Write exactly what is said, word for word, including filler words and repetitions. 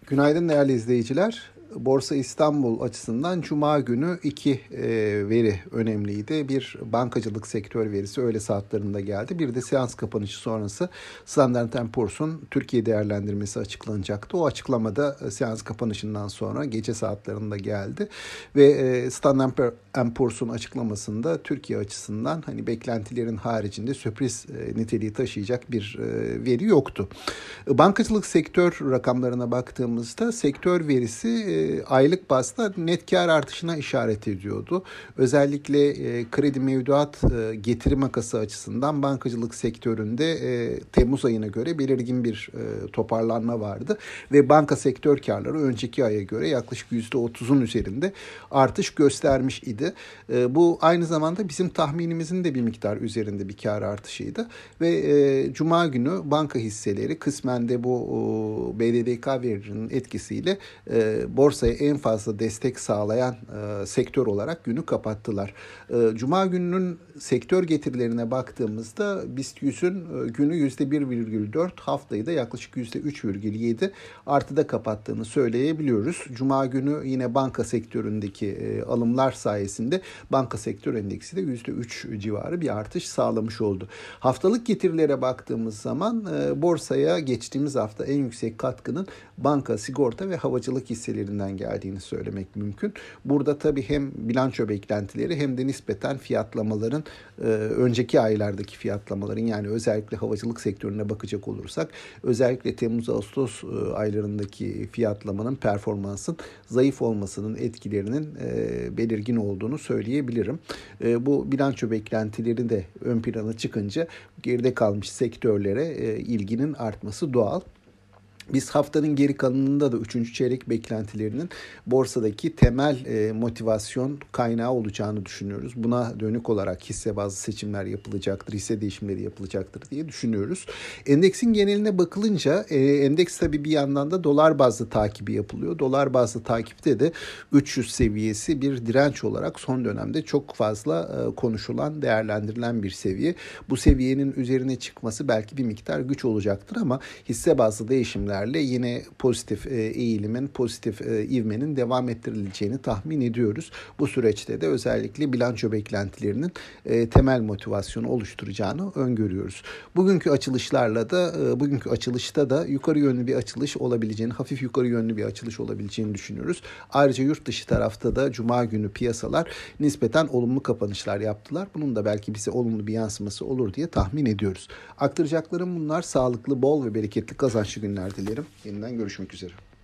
Günaydın değerli izleyiciler. Borsa İstanbul açısından Cuma günü iki e, veri önemliydi. Bir bankacılık sektör verisi öğle saatlerinde geldi. Bir de seans kapanışı sonrası Standard and Poor's'un Türkiye değerlendirmesi açıklanacaktı. O açıklamada e, seans kapanışından sonra gece saatlerinde geldi. Ve e, Standard and Poor's'un açıklamasında Türkiye açısından hani beklentilerin haricinde sürpriz e, niteliği taşıyacak bir e, veri yoktu. Bankacılık sektör rakamlarına baktığımızda sektör verisi e, aylık bazda net kar artışına işaret ediyordu. Özellikle e, kredi mevduat e, getiri makası açısından bankacılık sektöründe e, Temmuz ayına göre belirgin bir e, toparlanma vardı ve banka sektör karları önceki aya göre yaklaşık yüzde otuzun üzerinde artış göstermiş idi. E, bu aynı zamanda bizim tahminimizin de bir miktar üzerinde bir kar artışıydı ve e, Cuma günü banka hisseleri kısmen de bu o, B D D K verilerinin etkisiyle e, borsaya en fazla destek sağlayan e, sektör olarak günü kapattılar. E, Cuma gününün sektör getirilerine baktığımızda BIST yüzün e, günü yüzde bir virgül dört, haftayı da yaklaşık yüzde üç virgül yedi artıda kapattığını söyleyebiliyoruz. Cuma günü yine banka sektöründeki e, alımlar sayesinde banka sektör endeksi de yüzde üç civarı bir artış sağlamış oldu. Haftalık getirilere baktığımız zaman e, borsaya geçtiğimiz hafta en yüksek katkının banka, sigorta ve havacılık hisselerinden geldiğini söylemek mümkün. Burada tabii hem bilanço beklentileri hem de nispeten fiyatlamaların e, önceki aylardaki fiyatlamaların, yani özellikle havacılık sektörüne bakacak olursak özellikle Temmuz-Ağustos e, aylarındaki fiyatlamanın, performansın zayıf olmasının etkilerinin e, belirgin olduğunu söyleyebilirim. E, bu bilanço beklentileri de ön plana çıkınca geride kalmış sektörlere e, ilginin artması doğal. Biz haftanın geri kalanında da üçüncü çeyrek beklentilerinin borsadaki temel e, motivasyon kaynağı olacağını düşünüyoruz. Buna dönük olarak hisse bazlı seçimler yapılacaktır, hisse değişimleri yapılacaktır diye düşünüyoruz. Endeksin geneline bakılınca e, endeks tabii bir yandan da dolar bazlı takibi yapılıyor. Dolar bazlı takipte de üç yüz seviyesi bir direnç olarak son dönemde çok fazla e, konuşulan, değerlendirilen bir seviye. Bu seviyenin üzerine çıkması belki bir miktar güç olacaktır ama hisse bazlı değişimler yine pozitif eğilimin, pozitif ivmenin devam ettirileceğini tahmin ediyoruz. Bu süreçte de özellikle bilanço beklentilerinin temel motivasyonu oluşturacağını öngörüyoruz. Bugünkü açılışlarla da, bugünkü açılışta da yukarı yönlü bir açılış olabileceğini, hafif yukarı yönlü bir açılış olabileceğini düşünüyoruz. Ayrıca yurt dışı tarafta da Cuma günü piyasalar nispeten olumlu kapanışlar yaptılar. Bunun da belki bize olumlu bir yansıması olur diye tahmin ediyoruz. Aktaracaklarım bunlar. Sağlıklı, bol ve bereketli kazançlı günler dilerim. Yeniden görüşmek üzere.